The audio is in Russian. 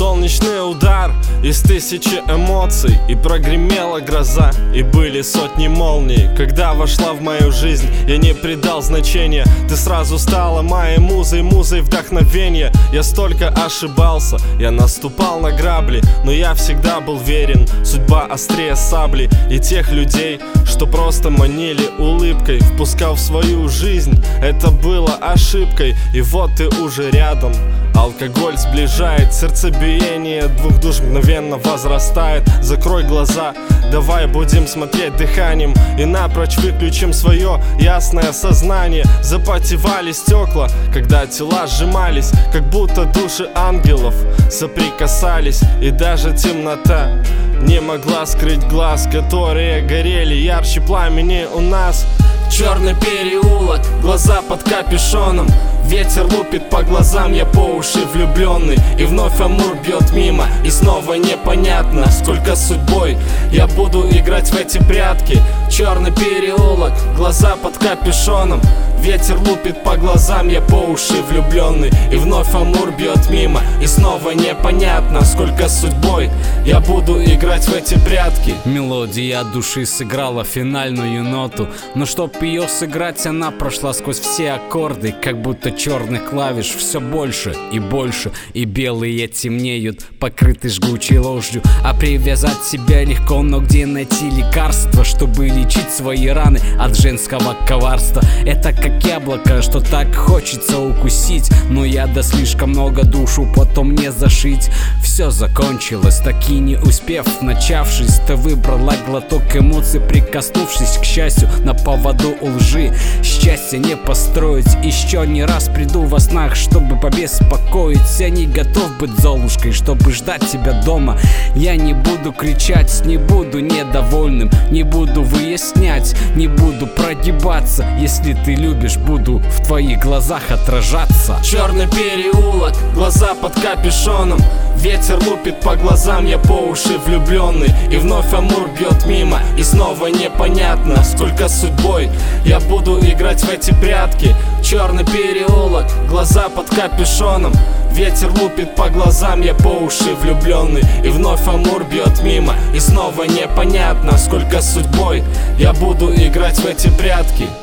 Солнечный удар из тысячи эмоций, и прогремела гроза, и были сотни молний. Когда вошла в мою жизнь, я не придал значения. Ты сразу стала моей музой, музой вдохновения. Я столько ошибался, я наступал на грабли, но я всегда был верен. Судьба острее сабли, и тех людей, что просто манили улыбкой, впускал в свою жизнь, это было ошибкой. И вот ты уже рядом. Алкоголь сближает, сердцебиение двух душ мгновенно возрастает. Закрой глаза, давай будем смотреть дыханием, и напрочь выключим свое ясное сознание. Запотевали стекла, когда тела сжимались, как будто души ангелов соприкасались. И даже темнота не могла скрыть глаз, которые горели ярче пламени у нас. Черный переулок, глаза под капюшоном, ветер лупит по глазам, я по уши влюбленный. И вновь Амур бьет мимо, и снова непонятно, сколько судьбой я буду играть в эти прятки. Черный переулок, глаза под капюшоном, ветер лупит по глазам, я по уши влюбленный. И вновь Амур бьет мимо, и снова непонятно, сколько судьбой я буду играть в эти прятки. Мелодия от души сыграла финальную ноту, но чтоб ее сыграть, она прошла сквозь все аккорды, как будто черных клавиш все больше и больше, и белые темнеют, покрыты жгучей ложью. А привязать себя легко, но где найти лекарство, чтобы лечить свои раны от женского коварства? Это как яблоко, что так хочется укусить, но яда слишком много, душу потом не зашить. Все закончилось, так и не успев начавшись, ты выбрала глоток эмоций, прикоснувшись к счастью на поводу у лжи. Счастье не построить, еще не раз приду во снах, чтобы побеспокоить. Я не готов быть золушкой, чтобы ждать тебя дома. Я не буду кричать, не буду недовольным, не буду выяснять, не буду прогибаться. Если ты любишь, буду в твоих глазах отражаться. Черный переулок, глаза под капюшоном, ветер лупит по глазам, я по уши влюбленный. И вновь Амур бьет мимо, и снова непонятно, сколько судьбой я буду играть в эти прятки. Черный переулок, глаза под капюшоном, ветер лупит по глазам, я по уши влюбленный. И вновь Амур бьет мимо, и снова непонятно, сколько судьбой я буду играть в эти прятки.